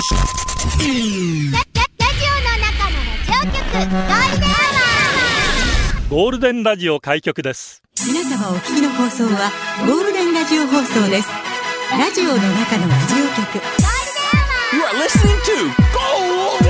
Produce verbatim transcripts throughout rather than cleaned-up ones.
ゴールデンラジオ開局です。 皆様お聞きの放送はゴールデンラジオ放送です。ラジオの中のラジオ局 You are listening to Golden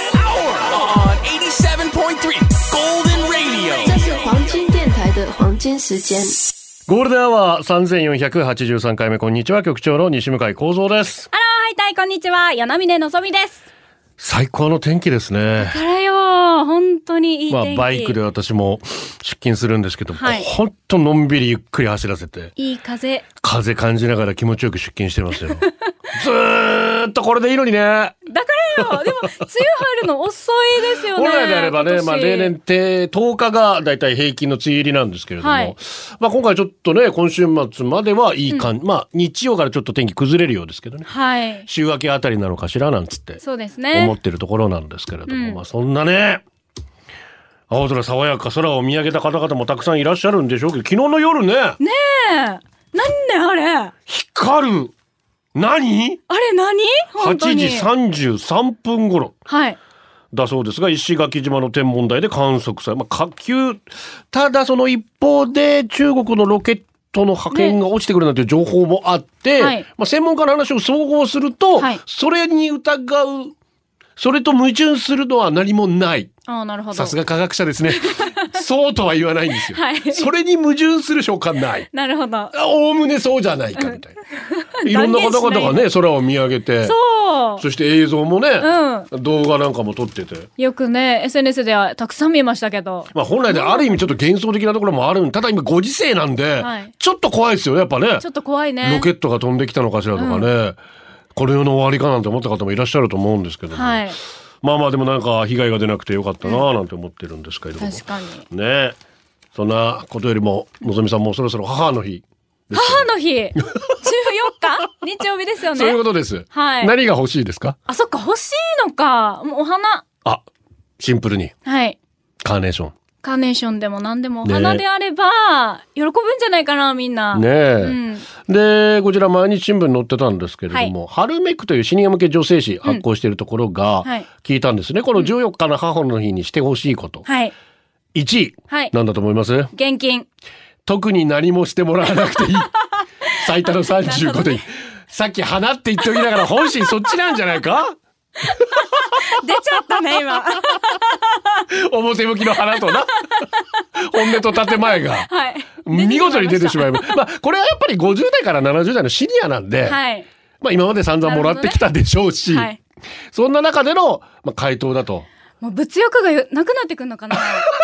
Hour on エイティセブンポイントスリー Golden Radio。 这是黄金電台的黄金時間。 ゴールデンアワーさんぜんよんひゃくはちじゅうさんかいめ。こんにちは、局長の西向井光三です。 あらー、はいたい、こんにちは、与那嶺のぞみです。 最高の天気ですね。 だからよ、本当にいい天気。 まあ、バイクで私も出勤するんですけど、 はい、 本当のんびりゆっくり走らせて、 いい風風感じながら気持ちよく出勤してますよ。ずーっとこれでいいのにね。だからよ、でも梅雨入るの遅いですよね。 本来であればね、まあ、例年ってとおかがだいたい平均の梅雨入りなんですけれども、はい、まあ、今回ちょっとね、今週末まではいい感じ、うん、まあ日曜からちょっと天気崩れるようですけどね、はい、週明けあたりなのかしらなんつってそうですね、 思ってるところなんですけれども、 うん、 まあそんなね、青空爽やか空を見上げた方々もたくさんいらっしゃるんでしょうけど、昨日の夜ね、 ねえ、なんであれ光る何あれ何はちじさんじゅうさんぷん頃、 はい、 だそうですが、石垣島の天文台で観測され、まあ、火球、ただその一方で中国のロケットの破片が落ちてくるなんていう情報もあって、ね、はい、まあ、専門家の話を総合すると、はい、それに疑う、それと矛盾するのは何もない。 ああ、なるほど。 さすが科学者ですね。そうとは言わないんですよ。 はい、 それに矛盾する所感ない。 なるほど。 おおむねそうじゃないかみたいな。いろんな方々がね、空を見上げて、 そう。 そして映像もね、うん、動画なんかも撮ってて。 よくね、エスエヌエス ではたくさん見ましたけど。 まあ本来である意味ちょっと幻想的なところもある。ただ今ご時世なんで、はい、ちょっと怖いですよね、やっぱね。 ちょっと怖いね。 ロケットが飛んできたのかしらとかね、うん、これの終わりかなんて思った方もいらっしゃると思うんですけども。はい、まあまあでもなんか被害が出なくてよかったななんて思ってるんですけれども、うん、 確かにね。そんなことよりものぞみさんもそろそろ母の日です、 母の日じゅうよっか日曜日ですよね。 そういうことです、はい、何が欲しいですか？ あ、そっか、欲しいのか。もうお花、あ、 シンプルに、 はい、 カーネーションカーネーションでも何でもお花であれば喜ぶんじゃないかな、みんなねえ、うん、でこちら毎日新聞に載ってたんですけれども、はい、春めくというシニア向け女性誌発行しているところが聞いたんですね、うん、このじゅうよっかの母の日にしてほしいこと、はい、いちい、はい、何だと思います？ 現金。特に何もしてもらわなくていい。最多のさんじゅうごてん、ね、さっき花って言っておきながら本心そっちなんじゃないか？ 出ちゃったね今。 表向きの花とな本音と建前が、はい、見事に出てしまいます。まあこれはやっぱりごじゅうだいからななじゅうだいのシニアなんで、はい、まあ今まで散々もらってきたでしょうし、ね、はい、そんな中での、まあ、回答だと。 もう物欲がなくなってくるのかな。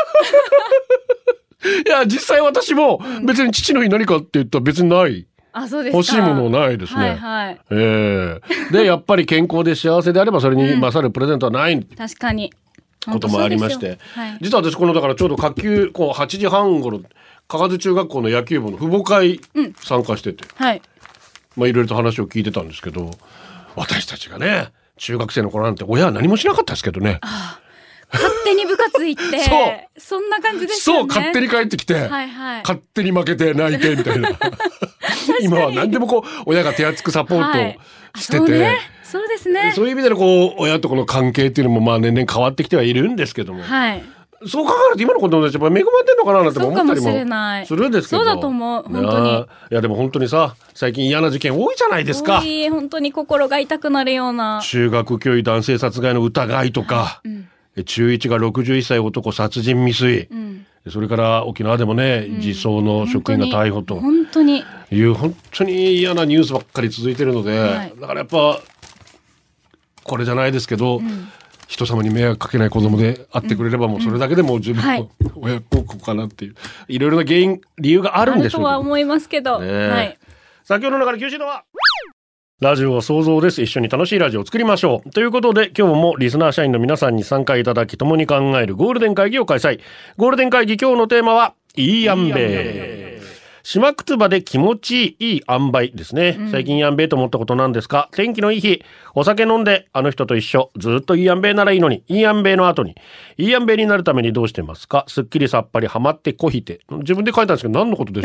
いや実際私も別に父の日何かって言ったら別にない。 あ、そうですか。 欲しいものないですね。 はいはい。 えー、でやっぱり健康で幸せであればそれに勝るプレゼントはない、うん、 確かにこともありまして、はい、実は私このだからちょうど下級こうはちじはん頃嘉数中学校の野球部の父母会参加してて、うん、はい、まあいろいろと話を聞いてたんですけど、私たちがね中学生の頃なんて親は何もしなかったですけどね。 ああ、勝手に部活行ってそうそんな感じですよね。 そう、勝手に帰ってきて、はいはい、勝手に負けて泣いてみたいな。今は何でもこう親が手厚くサポートしてて、はい、そうね、 そうですね。 そういう意味でのこう親とこの関係っていうのもまあ年々変わってきてはいるんですけども、はい、そう考えると今の子供たちやっぱ恵まれてんのかななんて思ったりもするんですけど。 そうだと思う、本当に。 いやでも本当にさ、最近嫌な事件多いじゃないですか。 多い、本当に心が痛くなるような。 中学教諭男性殺害の疑いとか、うん、中いちがろくじゅういっさい男殺人未遂、うん、それから沖縄でもね、うん、自走の職員が逮捕と本当にいう本当に嫌なニュースばっかり続いてるので、はい、だからやっぱこれじゃないですけど、うん、人様に迷惑かけない子供であってくれればもうそれだけでも十分、うん、はい、親孝行かなっていういろいろな原因理由があるんでしょうけど、 あるとは思いますけど、ね、はい、 先ほどの中で九州のはラジオは想像です。一緒に楽しいラジオを作りましょう。ということで今日もリスナー社員の皆さんに参加いただき共に考えるゴールデン会議を開催。ゴールデン会議今日のテーマはいい塩梅。島くつばで気持ちいい塩梅ですね、うん、最近いい塩梅と思ったことなんですか？天気のいい日お酒飲んであの人と一緒ずっといい塩梅ならいいのにいい塩梅の後にいい塩梅になるためにどうしてますか？すっきりさっぱりハマってこひて。自分で書いたんですけど何のことでしょうね。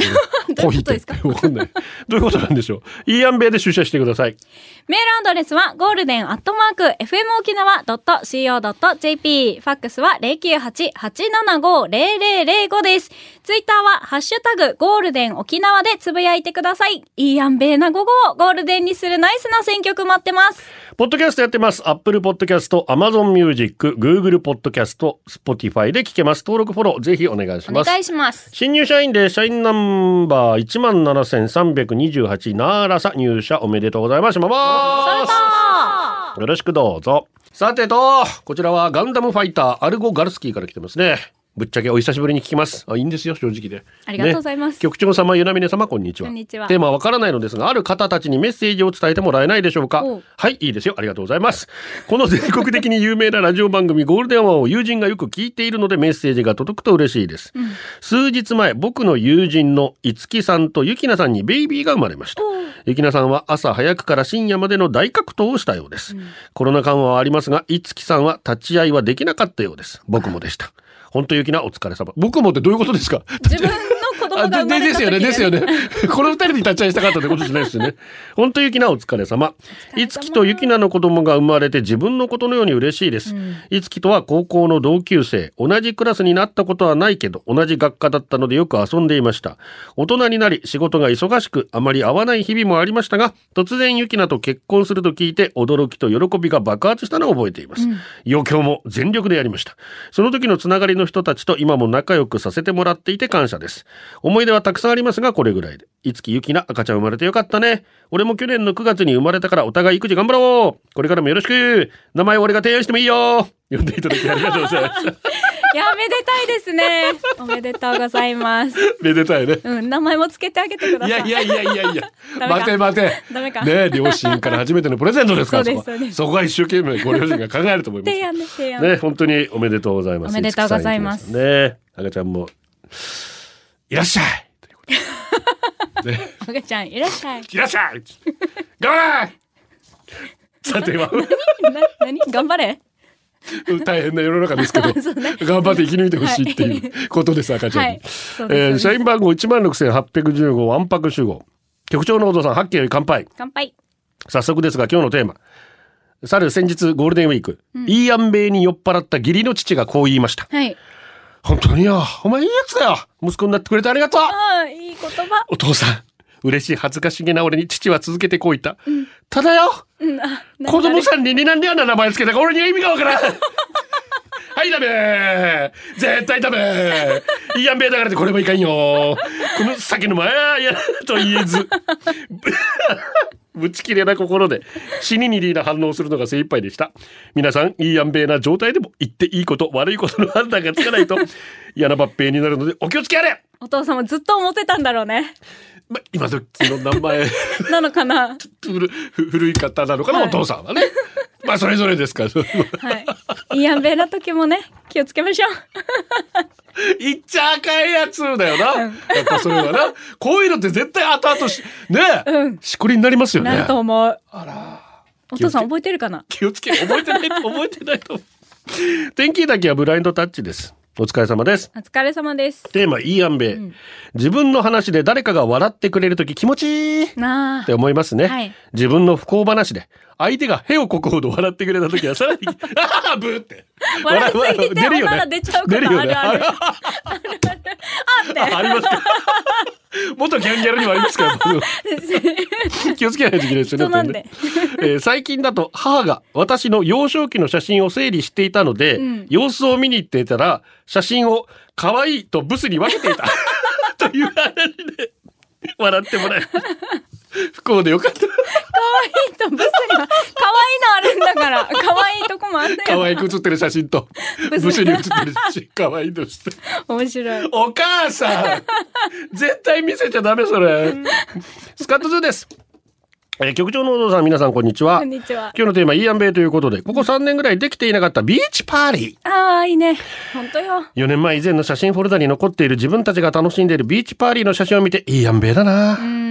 どういうことですか？ わかんない。どういうことなんでしょう。いいやんべいで出社してください。 メールアドレスはゴールデンアットマーク エフエム 沖縄 ドット シーオー ドット ジェーピー。ファックスは ゼロきゅうはち はちななご ゼロゼロゼロご です。ツイッターはハッシュタグゴールデン沖縄でつぶやいてください。いいやんべいな午後をゴールデンにするナイスな選曲待ってます。 ポッドキャストやってます。Apple Podcast、Amazon Music、Google Podcast、Spotify で聞けます。登録フォローぜひお願いします。 お願いします。 新入社員で社員ナンバー いちまんななせんさんびゃくにじゅうはち ナーラサ入社おめでとうございます。まますよろしくどうぞ。さてと、こちらはガンダムファイターアルゴ・ガルスキーから来てますね。ぶっちゃけお久しぶりに聞きます。あ、いいんですよ、正直で。 ありがとうございます。 ね、局長様、ゆなみね様、こんにちは。 こんにちは。 テーマはわからないのですが、ある方たちにメッセージを伝えてもらえないでしょうか。はい、いいですよ。ありがとうございます。この全国的に有名なラジオ番組ゴールデンアワーを友人がよく聞いているのでメッセージが届くと嬉しいです。うん、数日前、僕の友人のいつきさんとゆきなさんにベイビーが生まれました。ゆきなさんは朝早くから深夜までの大格闘をしたようです。うん、コロナ緩和はありますが、いつきさんは立ち会いはできなかったようです。僕もでした。本当ゆきなお疲れ様。僕もってどういうことですか？ 自分の子供が生まれた時でですよね、ですよね。この二人に立ち会いしたかったってことじゃないですよね。本当ゆきなお疲れ様。いつきとゆきなの子供が生まれて自分のことのように嬉しいです。いつきとは高校の同級生、同じクラスになったことはないけど同じ学科だったのでよく遊んでいました。大人になり仕事が忙しくあまり会わない日々もありましたが、突然ゆきなと結婚すると聞いて驚きと喜びが爆発したのを覚えています。うん、余興も全力でやりました。その時のつながりの人たちと今も仲良くさせてもらっていて感謝です。思い出はたくさんありますがこれぐらいで。いつきゆきな赤ちゃん生まれてよかったね。俺も去年のくがつに生まれたからお互い育児頑張ろう。これからもよろしく。名前俺が提案してもいいよ。呼んでいただきありがとうございます。 いや、めでたいですね。おめでとうございます。 めでたいね。 うん、名前もつけてあげてください。 いやいやいやいやいや。待て待て。 ダメか。 ね、両親から初めてのプレゼントですから。 そうですそうです。 そこは一生懸命ご両親が考えると思います。 提案ね、提案。 ね、本当におめでとうございます。 おめでとうございます。 ね、赤ちゃんもいらっしゃい。 ね、赤ちゃんいらっしゃい。 いらっしゃい。頑張れ。さては。 何？何？頑張れ。 大変な世の中ですけど、ね、頑張って生き抜いてほしいっていうことです、はい、赤ちゃんに、はいえー、社員番号 いちまんろくせんはっぴゃくじゅうご わんぱく集合。局長のお父さん、八景より乾杯。 乾杯。 早速ですが今日のテーマ、去る先日ゴールデンウィーク、うん、いいやんべいに酔っ払った義理の父がこう言いました、はい、本当によ、お前いいやつだよ、息子になってくれてありがとう。 ああ、いい言葉。お父さん、嬉しい恥ずかしげな俺に父は続けてこう言った、うん、ただよ、うん、子供さんにになんであんな名前つけたか俺には意味がわからん。はいダメ、絶対ダメ、いいやんべいだからってこれもいかんよ、この酒の前やと言えずぶち切れな心で死ににリーな反応するのが精一杯でした。皆さんいいやんべいな状態でも言っていいこと悪いことの判断がつかないと嫌な抜兵になるのでお気をつけあれ。 お父さんもずっと思ってたんだろうね。 ま、今時の名前なのかな古, 古い方なのかな、はい、お父さんはねまあそれぞれですからはい、いいやんべいな時もね気をつけましょう言っちゃあかんやつだよな、うん、やっぱそれはなこういうのって絶対後々しねえ、うん、しこりになりますよね。 なると思う。 あら、 お父さん覚えてるかな。 気をつけ、覚えてない覚えてないと思う天気だけはブラインドタッチです。お疲れ様です。 お疲れ様です。 テーマいいやんべい、うん、自分の話で誰かが笑ってくれるとき気持ちいいって思いますね、はい、自分の不幸話で相手がへをこくほど笑ってくれたときはさらにあーブーって笑いすぎておなら出ちゃうことあるある、あるあるあってありますか元ギャンギャルにはありますか気をつけないといけないですよね、えー、最近だと母が私の幼少期の写真を整理していたので、うん、様子を見に行っていたら写真を可愛いとブスに分けていたという話で笑ってもらえる不幸でよかった。可愛いとブスには可愛いのあるんだから可愛いとこもあるんだよ。 可愛く写ってる写真とブスに写ってる写真可愛いのして面白い。 お母さん絶対見せちゃダメそれ、うん、スカットズーです。えー、局長のお父さん、皆さんこんにちは。 こんにちは。 今日のテーマいいやんべいということで、ここさんねんぐらいできていなかったビーチパーリー。 ああ、いいね。本当よ。 よねんまえ以前の写真フォルダに残っている自分たちが楽しんでいるビーチパーリーの写真を見ていいやんべいだな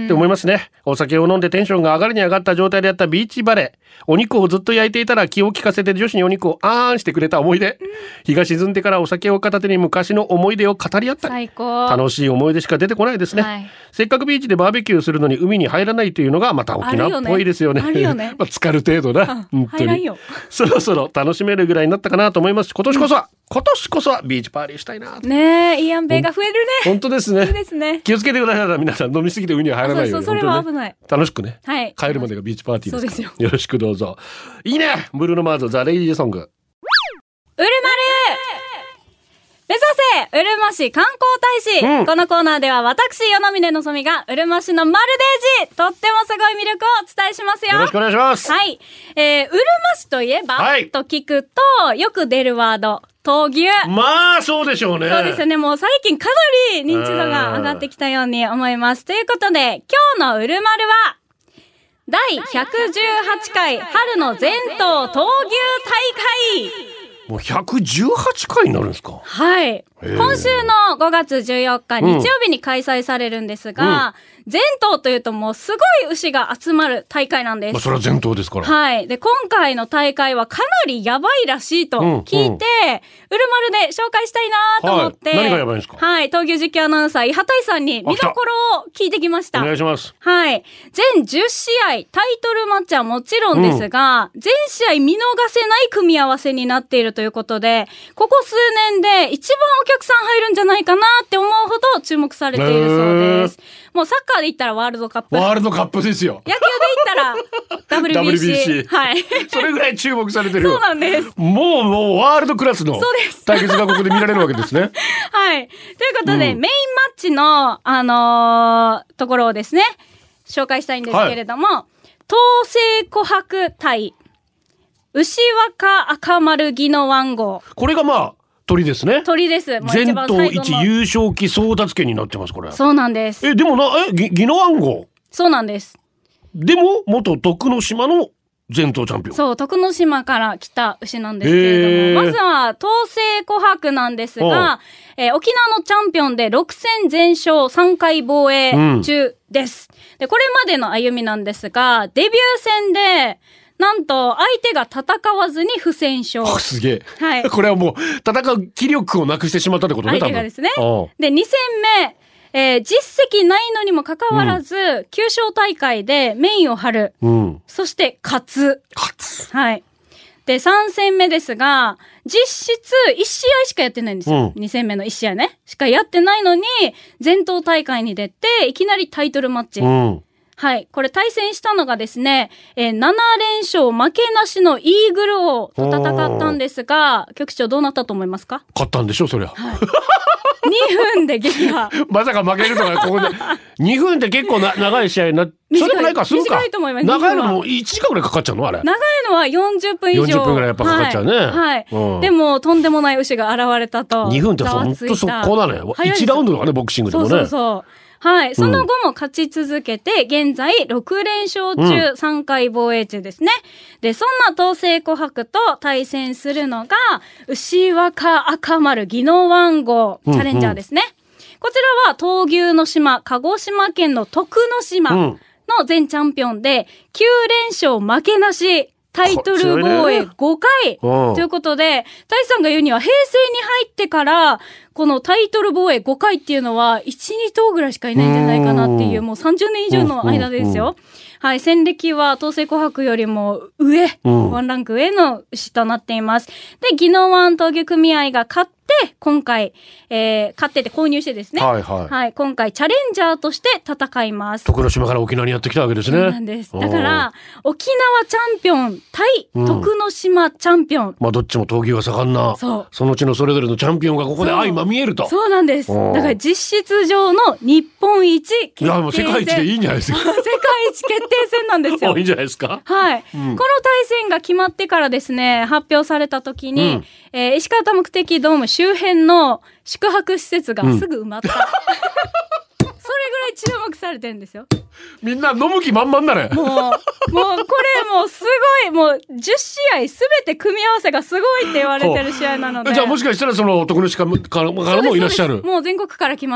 って思いますね。お酒を飲んでテンションが上がるに上がった状態でやったビーチバレー、お肉をずっと焼いていたら気を利かせて女子にお肉をあーんしてくれた思い出、日が沈んでからお酒を片手に昔の思い出を語り合ったり、 最高。 楽しい思い出しか出てこないですね、 はい、 せっかくビーチでバーベキューするのに海に入らないというのがまた沖縄っぽいですよね。 あるよね。 まあ浸かる程度な、本当に入らんよ。 そろそろ楽しめるぐらいになったかなと思います。今年こそは、うん、今年こそはビーチパーリーしたいな。 ねえ、イアンベイが増えるね。 本当ですね。 いいですね。 気をつけてください。皆さん飲みすぎて海には入らないように。 そうそう、それは危ない。 ね、楽しくね、 はい。 帰るまでがビーチパーティーですから。 そうですよ。 よろしくどうぞ。いいね。ブルーノマーズザレイジーソング。 うるまる目指せうるま市観光大使、うん、このコーナーでは私与那嶺のぞみがうるま市のマルデージ、とってもすごい魅力をお伝えしますよ。 よろしくお願いします。 はい、えー、うるま市といえば、はい、と聞くとよく出るワード、闘牛。まあそうでしょうね。 そうですよね。もう最近かなり認知度が上がってきたように思います。ということで今日のうるまるはだいひゃくじゅうはちかい春の全島闘牛大会。 もうひゃくじゅうはちかいになるんですか。 はい。今週のごがつじゅうよっか、日曜日に開催されるんですが、うん、全島というともうすごい牛が集まる大会なんです。 まあ、それは全島ですから。 はい。で、今回の大会はかなりやばいらしいと聞いて、うんうん、うるまるで紹介したいなと思って、はい、 何がやばいんですか。はい。 闘牛実況アナウンサー、伊波大さんに見どころを聞いてきました。 お願いします。はい。 全じゅっしあい、タイトルマッチはもちろんですが、うん、全試合見逃せない組み合わせになっているということで、ここ数年で一番お客さん入るんじゃないかなって思うほど注目されているそうです。もうサッカーで言ったらワールドカップ。 ワールドカップですよ。 野球で言ったら ダブリュービーシー。ダブリュービーシー。はい。 それぐらい注目されてる。 そうなんです。 もうもうワールドクラスの対決がここで見られるわけですね。 はい。ということで、うん、メインマッチの、あのー、ところをですね、紹介したいんですけれども、はい、東西琥珀対牛若赤丸宜野湾号。 これがまあ、鳥ですね。 鳥です。 全島一優勝旗争奪権になってます、これ。 そうなんです。 え、でもな、え、宜野湾号。 そうなんです。 でも、元徳之島の全島チャンピオン。 そう、徳之島から来た牛なんですけれども、まずは、東西琥珀なんですが、えー、沖縄のチャンピオンでろくせんぜん勝さんかい防衛中です。うん、で、これまでの歩みなんですが、デビュー戦で、なんと相手が戦わずに不戦勝。 すげえ。 はい。 これはもう戦う気力をなくしてしまったってことね。 相手がですね。でに戦目、えー、実績ないのにもかかわらず、うん、きゅう勝大会でメインを張る。うん、そして勝つ。 勝つ。 はい。でさん戦目ですが、実質いち試合しかやってないんですよ。うん、に戦目のいち試合ね。しかやってないのに全島大会に出ていきなりタイトルマッチ。うん、はい。これ対戦したのがですね、えー、ななれん勝負けなしのイーグル王と戦ったんですが、局長どうなったと思いますか？ 勝ったんでしょ、そりゃ。 はい、にふんで撃破。 まさか負けるとか、ここで。にふんって結構な長い試合になっ、それもないか、すぐか。 短いと思います。 長いのもいちじかんぐらいかかっちゃうのあれ。 長いのはよんじゅっぷん以上。 よんじゅっぷんぐらいやっぱかかっちゃうね。 はい。はいうん、でも、とんでもない牛が現れたと。 にふんってほんと速攻だね。いちラウンドとかね、ボクシングでもね。 そうそうそう。はい。その後も勝ち続けて、現在ろくれん勝中、さんかい防衛中ですね。で、そんな東西琥珀と対戦するのが、牛若赤丸宜野湾号チャレンジャーですね。うんうん、こちらは闘牛の島、鹿児島県の徳之島の前チャンピオンで、きゅうれん勝負けなし。タイトル防衛ごかいということで、タイさんが言うには平成に入ってから、このタイトル防衛ごかいっていうのは、いち、にとうぐらいしかいないんじゃないかなっていう、もうさんじゅうねん以上の間ですよ。はい、戦歴は東西琥珀よりも上、うん、ワンランク上の牛となっています。で、宜野湾闘牛組合が勝って、今回、えー、勝ってて購入してですね。はいはい。はい、今回チャレンジャーとして戦います。 徳之島から沖縄にやってきたわけですね。 そうなんです。だから、沖縄チャンピオン対徳之島チャンピオン。うん、 まあ、どっちも闘牛が盛んな。そう。そのうちのそれぞれのチャンピオンがここで相まみえると。 そうなんです。だから実質上の日本一決定戦。 いや、もう世界一でいいんじゃないですか。 世界一決定戦なんですよ。 いいんじゃないですか。 はい、うん。この対戦が決まってからですね、発表された時に、うんえー、石川多目的ドーム周辺の宿泊施設がすぐ埋まった。うん、それぐらい注目されてるんですよ。 みんな飲む気満々だね。 もう、もうこれもうすごい、もうじゅっしあいすべて組み合わせがすごいって言われてる試合なので。 じゃあもしかしたらその徳之島からもいらっしゃる。 もう全国から来ます。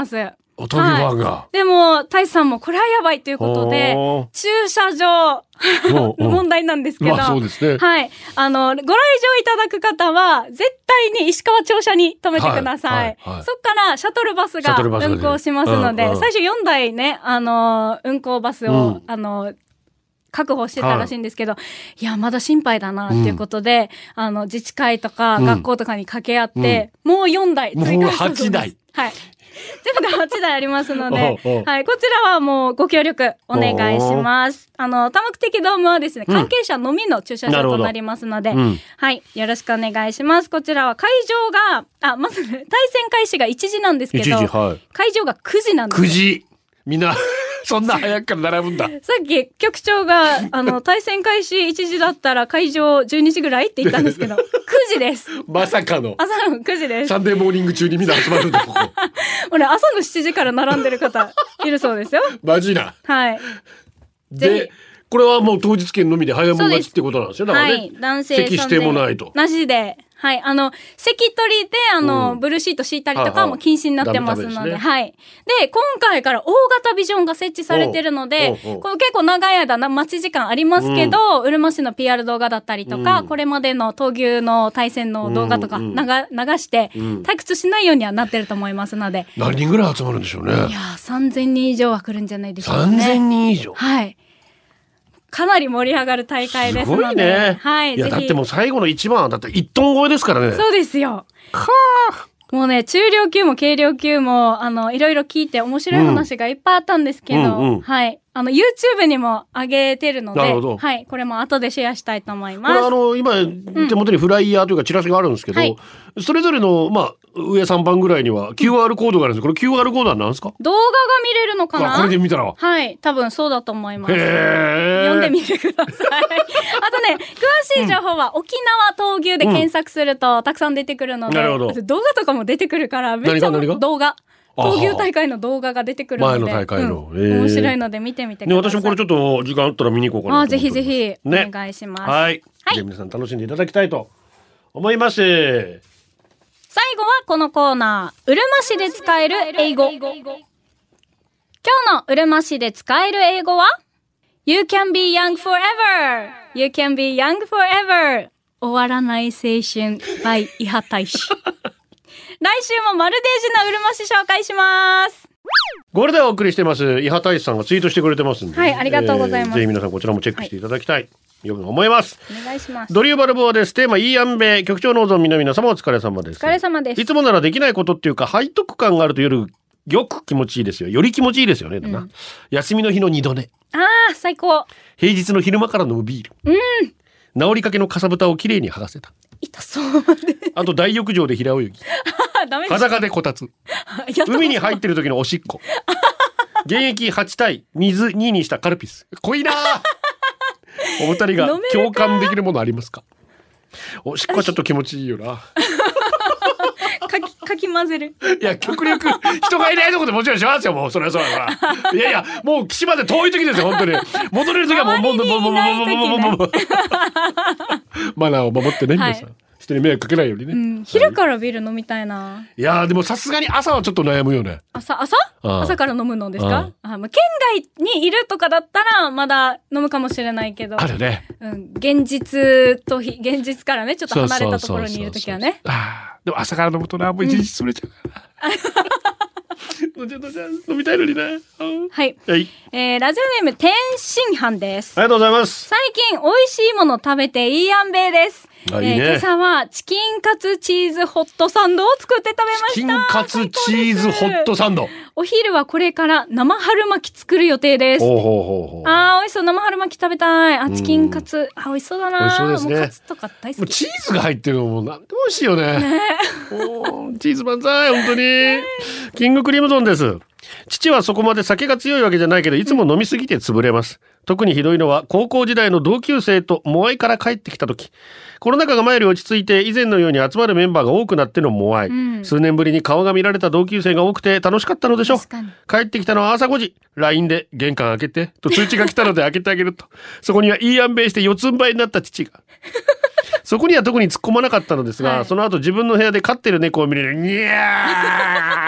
おとぎバーが、 はい、でも大志さんもこれはやばいということで駐車場問題なんですけど、 まあそうですね、 はい、あのご来場いただく方は絶対に石川庁舎に停めてください、はいはいはい、そこからシャトルバスが運行しますので、うんうん、最初よんだいね、あの運行バスを、うん、あの確保してたらしいんですけど、はい、いやまだ心配だなっていうことで、うん、あの自治会とか学校とかに掛け合って、うん、もうよんだい追加もうはちだい、 はい、全部ではちだいありますのでおうおう、はい、こちらはもうご協力お願いします。あの多目的ドームはですね、関係者のみの駐車場となりますので、うん、はい、よろしくお願いします。こちらは会場があまず、ね、対戦開始がいちじなんですけど、はい、会場がくじなんですよ。 くじみんなそんな早くから並ぶんだ。 さっき局長があの対戦開始いちじだったら会場じゅうにじぐらいって言ったんですけどくじです。 まさかの朝のくじです。 サンデーモーニング中にみんな集まるんだここ俺朝のしちじから並んでる方いるそうですよ。 マジな。 はい。 でこれはもう当日券のみで早もん勝ちってことなんですよ。だからね、はい、 男性席指定もないとなしで、はい、あの席取りであの、うん、ブルーシート敷いたりとかも禁止になってますので、はいはい、はい。で今回から大型ビジョンが設置されてるので、この結構長い間待ち時間ありますけど、うん、うるま市の ピーアール 動画だったりとか、うん、これまでの闘牛の対戦の動画とか流、うん、流して退屈しないようにはなってると思いますので、 何人ぐらい集まるんでしょうね。 いやさんぜんにん以上は来るんじゃないでしょうかね。 さんぜんにん以上、 はい。かなり盛り上がる大会ですので。 すごいね。 はい。 いや、だってもう最後の一番はだっていちトン超えですからね。 そうですよ。 かー。もうね、中量級も軽量級も、あの、いろいろ聞いて面白い話がいっぱいあったんですけど、うんうんうん、はい。あの、YouTube にも上げてるので、 なるほど。 はい。これも後でシェアしたいと思います。 これあの、今、手元にフライヤーというかチラシがあるんですけど、うんはい、それぞれの、まあ、上さんばんぐらいには キューアール コードがあるんです。これ キューアール コードは何ですか？ 動画が見れるのかな？ これで見たら。 はい。多分そうだと思います。 へー。 読んでみてください。あとね、詳しい情報は沖縄闘牛で検索するとたくさん出てくるので、うん、なるほど。動画とかも出てくるから、めっちゃ動画。闘牛大会の動画が出てくるので、 前の大会の、 うんえー、面白いので見てみてください。 ね、私もこれちょっと時間あったら見に行こうかなと思ってます。 あ、ぜひぜひお願いします。 ね、はい。はい。じゃあ皆さん楽しんでいただきたいと思います。 最後はこのコーナー、うるま市で使える英語。今日のうるま市で使える英語は You can be young forever! You can be young forever! 終わらない青春 by 伊波大使。来週もマルデージなうるま市紹介します。 これでお送りしてます。伊波大使さんがツイートしてくれてますんで、 はい、ありがとうございます。 えー、ぜひ皆さんこちらもチェックしていただきたい。はいよく思います。 お願いします。 ドリューバルボアです。テーマいいやんべ局長のぞん皆々様お疲れ様です。 お疲れ様です。 いつもならできないことっていうか背徳感があると夜よく気持ちいいですよ。より気持ちいいですよね、うん、休みの日の二度寝。 あー最高。 平日の昼間から飲むビール。 うん。 治りかけのかさぶたをきれいに剥がせた。 痛そうで。 あと大浴場で平泳ぎ。 ダメ裸でこたつ。海に入ってる時のおしっこ。現役はち対水ににしたカルピス。濃いなー。お二人が共感できるものありますか？おしっこはちょっと気持ちいいよな。 かき、かき混ぜる。 いや、極力人がいないとこでもちろんしますよ、もう。それはそうだから。いやいや、もう岸まで遠い時ですよ、本当に。戻れる時はもう、もう、もう、もう、もう、もう、もう、もう、マナーを守ってね、皆さん。人に迷惑かけないようにね、うん、 昼からビール飲みたいな。 いやーでもさすがに朝はちょっと悩むよね。 朝朝朝から飲むのですか？ああ、まあ、県外にいるとかだったらまだ飲むかもしれないけどあるね、 うん、現実とひ現実からねちょっと離れたところにいるときはね。 あでも朝から飲むとなもう一日潰れちゃうから、うん、飲みたいのにな。 はい、はいえー、ラジオネーム天津飯です。 ありがとうございます。 最近美味しいもの食べていいやんべいです。 あいいね、 えー、今朝はチキンカツチーズホットサンドを作って食べました。 チキンカツチーズホットサンド。 お昼はこれから生春巻き作る予定です。 ほうほうほうほう。 あー美味しそう。生春巻き食べたい。あチキンカツあ美味しそうだな。 美味しそうですね。 もうカツとか大好き。 チーズが入ってるのもなんでも美味しいよね。ねおチーズ万歳本当に。キングクリムゾンです。父はそこまで酒が強いわけじゃないけどいつも飲みすぎて潰れます。特にひどいのは高校時代の同級生とモアイから帰ってきた時。コロナ禍が前より落ち着いて以前のように集まるメンバーが多くなってのモアイ、うん、数年ぶりに顔が見られた同級生が多くて楽しかったのでしょう。帰ってきたのは朝ごじ ライン で玄関開けてと通知が来たので開けてあげるとそこにはいいあんべいして四つん這いになった父がそこには特に突っ込まなかったのですが、はい、その後自分の部屋で飼ってる猫を見れるにゃ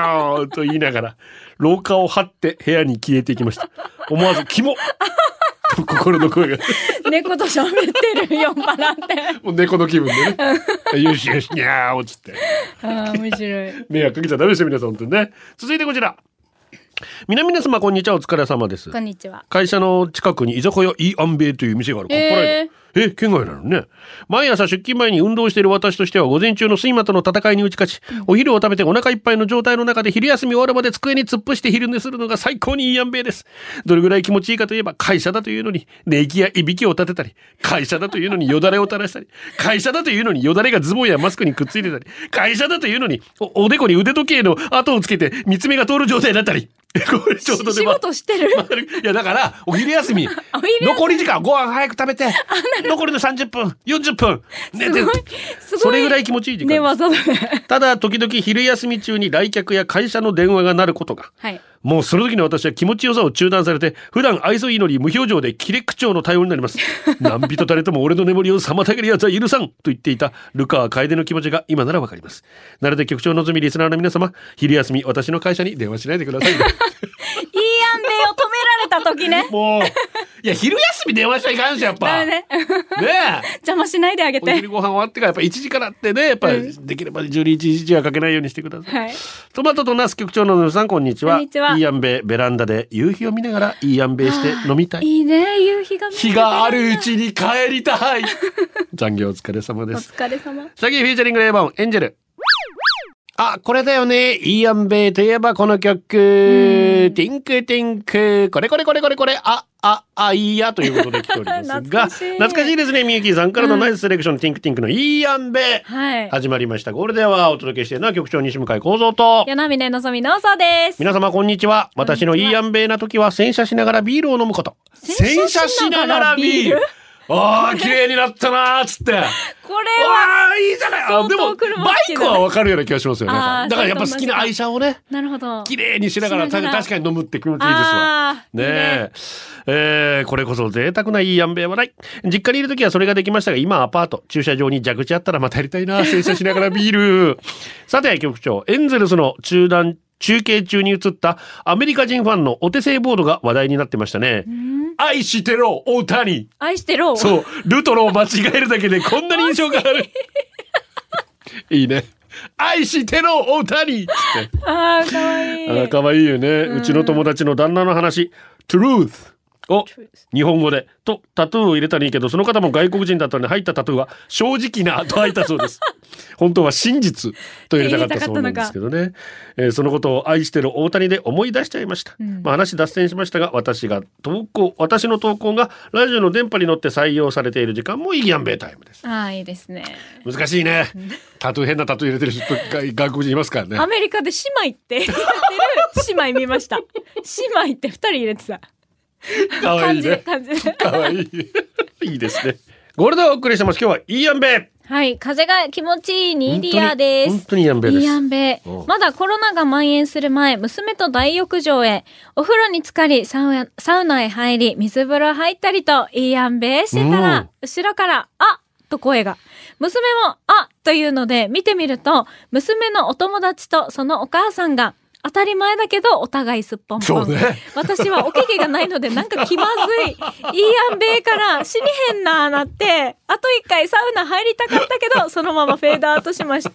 ャーと言いながら廊下を張って部屋に消えていきました。思わずキモと心の声が猫と喋ってる酔っ払ってもう猫の気分でねよしよしにゃーおっつってあー面白い。 迷惑かけちゃダメですよ皆さん本当にね。続いてこちら、皆々様こんにちは、お疲れ様です。 こんにちは。 会社の近くに居酒屋イーアンベイという店がある。かっぱらいのえ県外なのね。毎朝出勤前に運動している私としては午前中の睡魔との戦いに打ち勝ち、うん、お昼を食べてお腹いっぱいの状態の中で昼休み終わるまで机に突っ伏して昼寝するのが最高にいいアンベイです。どれぐらい気持ちいいかといえば、会社だというのに寝息やいびきを立てたり、会社だというのによだれを垂らしたり、会社だというのによだれがズボンやマスクにくっついてたり、会社だというのに お, おでこに腕時計の跡をつけて三つ目が通る状態だったりこれちょうどで仕事してるいやだからお昼休み残り時間ご飯早く食べて残りのさんじゅっぷんよんじゅっぷん寝てる、それぐらい気持ちいい時間です、ね、ただ時々昼休み中に来客や会社の電話が鳴ることが、はい、もうその時の私は気持ちよさを中断されて、普段愛想いいのに無表情でキレ口調の対応になります。何人たれとも俺の眠りを妨げるやつは許さんと言っていたルカワ楓の気持ちが今ならわかります。なので局長のぞみリスナーの皆様、昼休み私の会社に電話しないでください、ね、いいアンベイを止められた時ねもういや昼休み電話しちゃいかんしやっぱねえ邪魔しないであげて、 お昼ご飯終わってからやっぱいちじからってね、やっぱりできればじゅうにじいちじはかけないようにしてください、はい、トマトとナス局長の皆さんこんにちは。こんにちは。いいアンベイベランダで夕日を見ながらいいアンベイして飲みたい。 いいね、夕日が見える。 日があるうちに帰りたい残業お疲れ様です。 お疲れ様。 シャギーフィーチャリングレイバンエンジェル。あ、これだよね。イーアンベイといえばこの曲。ティンクティンク。これこれこれこれこれ。あ、あ、あ、いいやということで来ておりますが。懐かしい。懐かしいですね。みゆきさんからのナイスセレクション、うん、ティンクティンクのイーアンベイ。はい。始まりました。ゴールデンはお届けしているのは局長西向井光三と。 与那嶺のぞみのうそうです。 皆様こんにちは。私のイーアンベイな時は洗車しながらビールを飲むこと。洗車しながらビールああ、綺麗になったなーっつって。これは。 いいじゃない。あ、でも、バイクはわかるような気がしますよね。だからやっぱ好きな愛車をね。なるほど。綺麗にしながら、確かに飲むって気持ちいいですわ。ねえ。えー、これこそ贅沢ないいアンベイはない。実家にいるときはそれができましたが、今はアパート、駐車場に蛇口あったらまたやりたいな。洗車しながらビール。さて、局長、エンゼルスの中断、中継中に映ったアメリカ人ファンのお手製ボードが話題になってましたね。愛してろ大谷。 愛してろ。 そう、ルトロを間違えるだけでこんなに印象があるいいね。愛してろ大谷って。 あーかわいい。 あーかわいいよね。うちの友達の旦那の話、Truthを日本語でとタトゥーを入れたらいいけど、その方も外国人だったので入ったタトゥーは正直なと入ったそうです本当は真実と入れたかったそうなんですけどね、えー、そのことを愛してる大谷で思い出しちゃいました、うんまあ、話脱線しましたが、私が投稿私の投稿がラジオの電波に乗って採用されている時間もイーアンベイタイムです。 ああ、いいですね。 難しいねタトゥー変なタトゥー入れてる人外国人いますからね。 アメリカで姉妹って入れてる姉妹見ました姉妹ってふたり入れてた。 かわいいね。かわいい。いいですね。ゴールデンをお送りしてます。今日はイーアンベイ。 はい、風が気持ちいいニーディアです。 本当にイーアンベイです。 イーアンベイ。まだコロナが蔓延する前、娘と大浴場へ、お風呂に浸かり、サウナ、サウナへ入り、水風呂入ったりと、イーアンベイしてたら、うん、後ろから、あと声が。娘も、あというので、見てみると、娘のお友達とそのお母さんが、当たり前だけどお互いすっぽんぽん、ね、私はおけけがないのでなんか気まずいイーアンベイから死にへんなーなって、あと一回サウナ入りたかったけどそのままフェードアウトしました。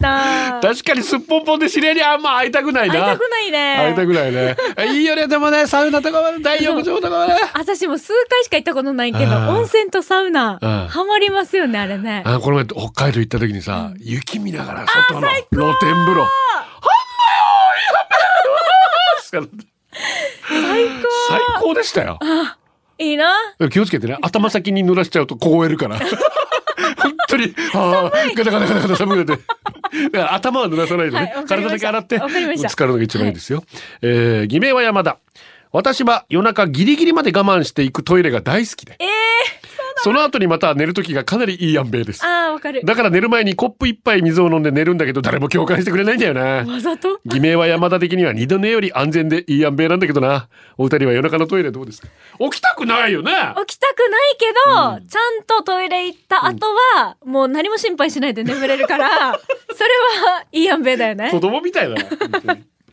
確かにすっぽんぽんで知り合いにあんま会いたくないな。 会いたくないね。 会いたくないねいいよね。でもね、サウナとかは大浴場とかはね、 私も数回しか行ったことないけど温泉とサウナハマりますよね、あれね。 あこの前北海道行った時にさ、うん、雪見ながら外の露天風呂最高最高でしたよ。 あいいな。 気をつけてね、頭先に濡らしちゃうと凍えるから本当にあガタガタガタガタ寒くなってだから頭は濡らさないでね、はい、体だけ洗って浸かるのが一番いいですよ、はい。えー、偽名は山田。私は夜中ギリギリまで我慢していくトイレが大好きで、えーその後にまた寝る時がかなりいいアンベイです。 あーわかる。 だから寝る前にコップ一杯水を飲んで寝るんだけど誰も共感してくれないんだよな。 わざと。 偽名は山田的には二度寝より安全でいいアンベイなんだけどな。お二人は夜中のトイレどうですか？起きたくないよね。 起きたくないけど、うん、ちゃんとトイレ行った後は、うん、もう何も心配しないで眠れるからそれはいいアンベイだよね。 子供みたいだな本当に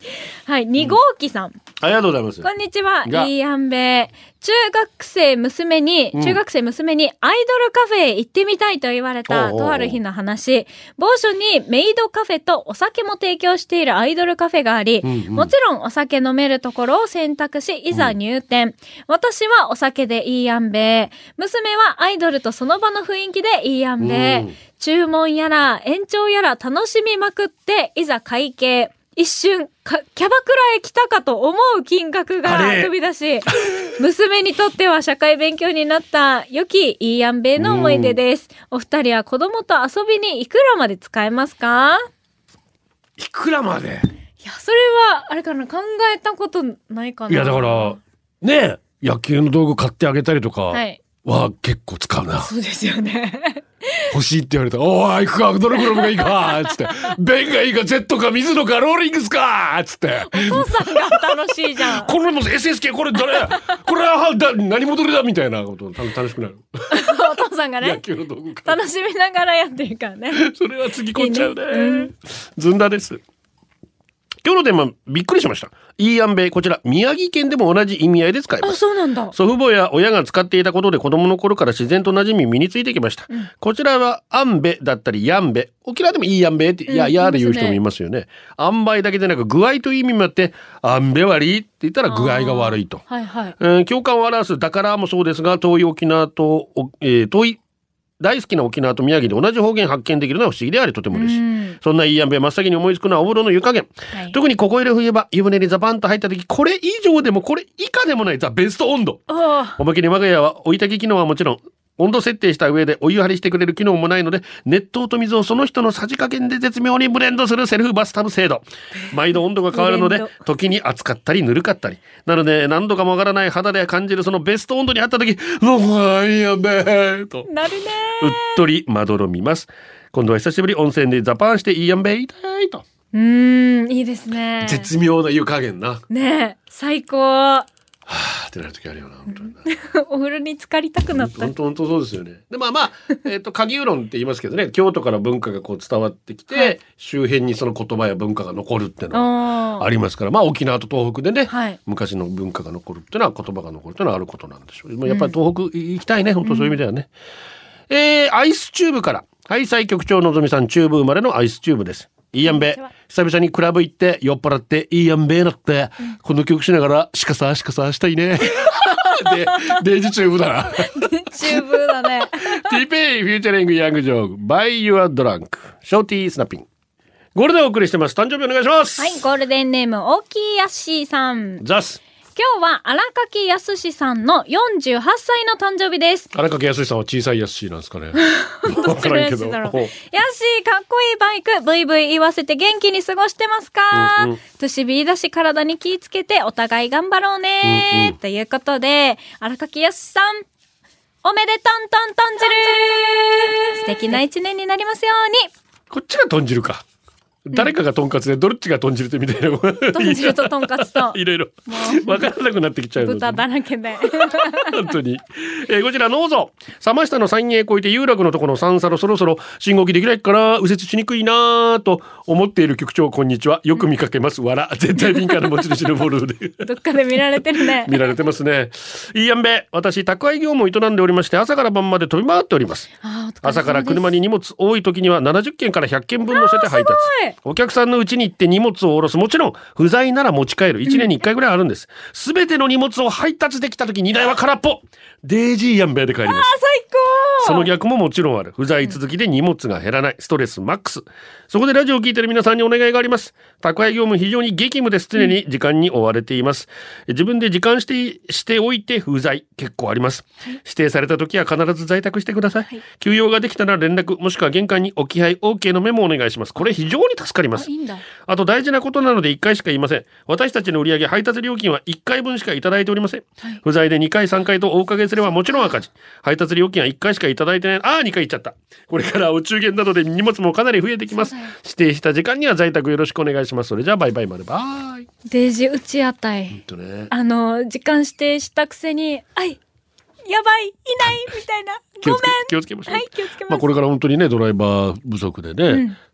はい、に号機さん、 ありがとうございます。 こんにちは。 がいいやんべ中学生娘に、 うん中学生娘にアイドルカフェへ行ってみたいと言われたおうおうおうとある日の話。某所にメイドカフェとお酒も提供しているアイドルカフェがあり、 うんうんもちろんお酒飲めるところを選択し、いざ入店。私はお酒でいいやんべ娘はアイドルとその場の雰囲気でいいやんべうん注文やら延長やら楽しみまくって、いざ会計。一瞬かキャバクラへ来たかと思う金額があれ飛び出し、娘にとっては社会勉強になった良きいいやんべいの思い出です。お二人は子供と遊びにいくらまで使えますか？ いくらまで？ いや、それはあれかな、考えたことないかな。 いやだからね、野球の道具買ってあげたりとかはいは結構使うな。 そうですよね。 欲しいって言われたら、おー、行くか、どのグローブがいいかつって、ベンがいいか、ゼットか、水野か、ローリングスかつって。 お父さんが楽しいじゃん。 これも エスエスケー これ誰これはだ何戻りだみたいなこと楽しくなる。 お父さんが野ね、 球の道具か楽しみながらやってるからね。 それはつぎ込んじゃうね。 いいねうん、 ずんだです。今日のテーマびっくりしました。いいやんべい、こちら宮城県でも同じ意味合いで使いまあ、 す。 そうなんだ。 祖父母や親が使っていたことで子供の頃から自然と馴染み身についてきました、うん、こちらはあんべだったりやんべ、沖縄でもいいやんべって、うん、ややで言う人もいますよね。塩梅だけでなく具合という意味もあって、あんべ悪いって言ったら具合が悪いと、 はいはい、 えー、共感を表すだからもそうですが、遠い沖縄と、えー、遠い大好きな沖縄と宮城で同じ方言発見できるのは不思議でありとても嬉しい、うん、そんないいやんべ真っ先に思いつくのはお風呂の湯加減、はい、特にここへで冬場湯船にザバンと入った時、これ以上でもこれ以下でもないザベスト温度。おまけに我が家は追い炊き機能はもちろん温度設定した上でお湯張りしてくれる機能もないので、熱湯と水をその人のさじ加減で絶妙にブレンドするセルフバスタブ制度。毎度温度が変わるので時に熱かったりぬるかったりなので、何度かもわからない肌で感じるそのベスト温度にあった時、うわいやべーとなるねうっとりまどろみます。今度は久しぶり温泉でザパンしていいやんべー痛いと。 うーん、いいですね。 絶妙な湯加減な。 ねえ、最高。 はぁってなる時あるよな、本当にな。 お風呂に浸かりたくなった。 本当本当そうですよね。でまあまあ、えっ、ー、と下牛論って言いますけどね、京都から文化がこう伝わってきて、はい、周辺にその言葉や文化が残るっていうのはありますから、まあ沖縄と東北でね、はい、昔の文化が残るっていうのは言葉が残るっていうのはあることなんでしょう。やっぱり東北行きたいね、うん、本当そういう意味ではね。うん、えー、アイスチューブから、はい最局長のぞみさん、チューブ生まれのアイスチューブです。いいやんべ、久々にクラブ行って酔っ払っていいやんべなって、うん、この曲しながらしかさしかさしたいね。でデイジチューブだな。 チューブだね。 ティーペイフューチャリングヤングジョーク By Your Drunk ショーティースナッピング。ゴールデンお送りしてます。誕生日お願いします。 はい、ゴールデンネーム大きいやっしーさん。 ザス。 今日は荒垣やすしさんのよんじゅうはっさいの誕生日です。 荒垣やすしさんは小さいやっしーなんですかね。 わからんけど。やっしーかっこいいバイクブイブイ言わせて元気に過ごしてますか？うんうん、としびだし体に気ぃつけてお互い頑張ろうね、うんうん、ということで荒垣やすしさんおめでとんとんとんじる素敵な一年になりますように。 こっちがとんじるか。誰かがとんかつでどっちがとん汁ってみたいな。 とん汁ととんかつといろいろ分からなくなってきちゃうので豚だらけで本当に、えー、こちらノーゾ冷下の山陰へ越えて有楽のところ三サロそろそろ信号機できないから右折しにくいなと思っている局長こんにちは。よく見かけますわら絶対敏感な持ち主のボルでどっかで見られてるね。 見られてますね。いいやんべ、私宅配業務を営んでおりまして朝から晩まで飛び回っております。あ朝から車に荷物多い時にはななじゅっけんからひゃっけんぶん乗せて配達。お客さんのうちに行って荷物を下ろす。もちろん不在なら持ち帰る。いちねんにいっかいぐらいあるんです。すべての荷物を配達できた時荷台は空っぽ。デイジーやんべで帰ります。 あ最高。 その逆ももちろんある。不在続きで荷物が減らない。ストレスマックス。そこでラジオを聞いている皆さんにお願いがあります。宅配業務非常に激務です。常に時間に追われています。自分で時間してしておいて不在結構あります、はい、指定された時は必ず在宅してください、はい、休養ができたら連絡もしくは玄関に置き配 OK のメモをお願いします。これ非常に助かります。 あ, いいんだ。 あと大事なことなのでいっかいしか言いません。私たちの売上配達料金はいっかいぶんしかいただいておりません、はい、不在でにかいさんかいとお伺いすればもちろん赤字。配達料金はいっかいしかいただいてない。あーにかい言っちゃった。これからお中元などで荷物もかなり増えてきます。指定した時間には在宅よろしくお願いします。それじゃあバイバイまでバイ。 デージ打ち当たい、 ね、 あの時間指定したくせにあいやばいいないみたいなごめん気をつけましょう、 はい、気をつけます。 まあ、これから本当にねドライバー不足でね、うん、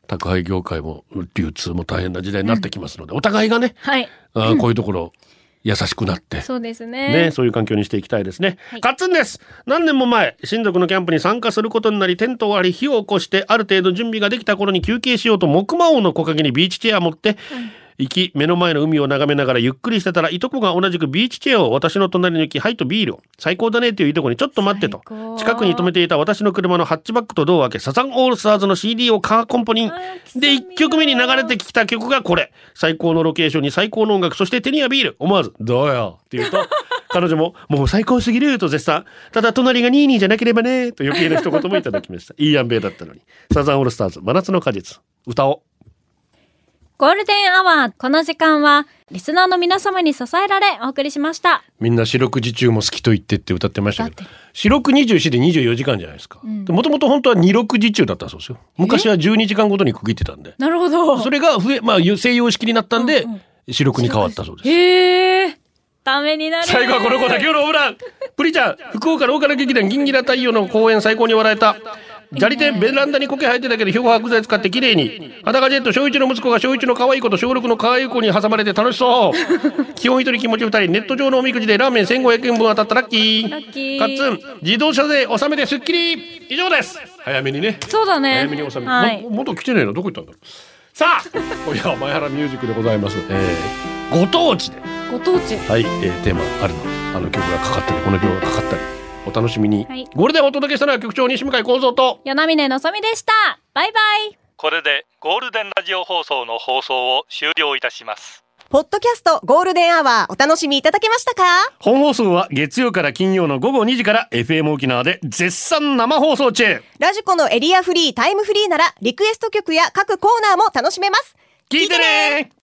宅配業界も流通も大変な時代になってきますので、うん、お互いがね、 はい、 あこういうところ優しくなってそうですね。 ね、そういう環境にしていきたいですね。 はい、 カッツンです。何年も前、親族のキャンプに参加することになり、テントを張り火を起こしてある程度準備ができた頃に休憩しようと木馬王の木陰にビーチチェア持って、うん行き目の前の海を眺めながらゆっくりしてたらいとこが同じくビーチチェアを私の隣に行きはいとビールを最高だねといういとこにちょっと待ってと近くに止めていた私の車のハッチバックとドアを開けサザンオールスターズの シーディー をカーコンポにでいっきょくめに流れてきた曲がこれ最高のロケーションに最高の音楽そして手にはビール思わずどうよって言うと彼女ももう最高すぎると絶賛ただ隣がニーニーじゃなければねと余計な一言もいただきましたいいアンベイだったのにサザンオールスターズ真夏の果実歌おうゴールデンアワーこの時間はリスナーの皆様に支えられお送りしました。 みんな四六時中も好きと言ってって歌ってましたけど四六二十四でにじゅうよじかんじゃないですか。もともと本当は二六時中だったそうですよ。昔はじゅうにじかんごとに区切ってたんで。 なるほど。 それが増え、まあ西洋式になったんで、うんうん、四六に変わったそうです。 へーためになる。 最後はこの子だ今日のオブランプリちゃん福岡ローカル劇団銀ギラ太陽の公演最高に笑えた。砂利店ベランダに苔生えてたけど漂白剤使って綺麗に裸ジェット小一の息子が小一の可愛い子と小六の可愛い子に挟まれて楽しそう基本一人気持ち二人ネット上のおみくじでラーメンせんごひゃくえん分当たったラッキーラッキーカッツン自動車税納めてスッキリ以上です。早めにねそうだね早めに納め、 はい、 も元来てないのどこ行ったんだろう。さあ今夜は前原ミュージックでございます、えー、ご当地でご当地はい、えー、テーマあるのあの曲がかかったりこの曲がかかったりお楽しみに、はい、ゴールデンをお届けしたのは局長西向井光三と与那嶺のぞみでした。バイバイ。 これでゴールデンラジオ放送の放送を終了いたします。 ポッドキャストゴールデンアワーお楽しみいただけましたか。 本放送は月曜から金曜のごごにじから エフエム 沖縄で絶賛生放送中。 ラジコのエリアフリータイムフリーならリクエスト曲や各コーナーも楽しめます。 聞いてね。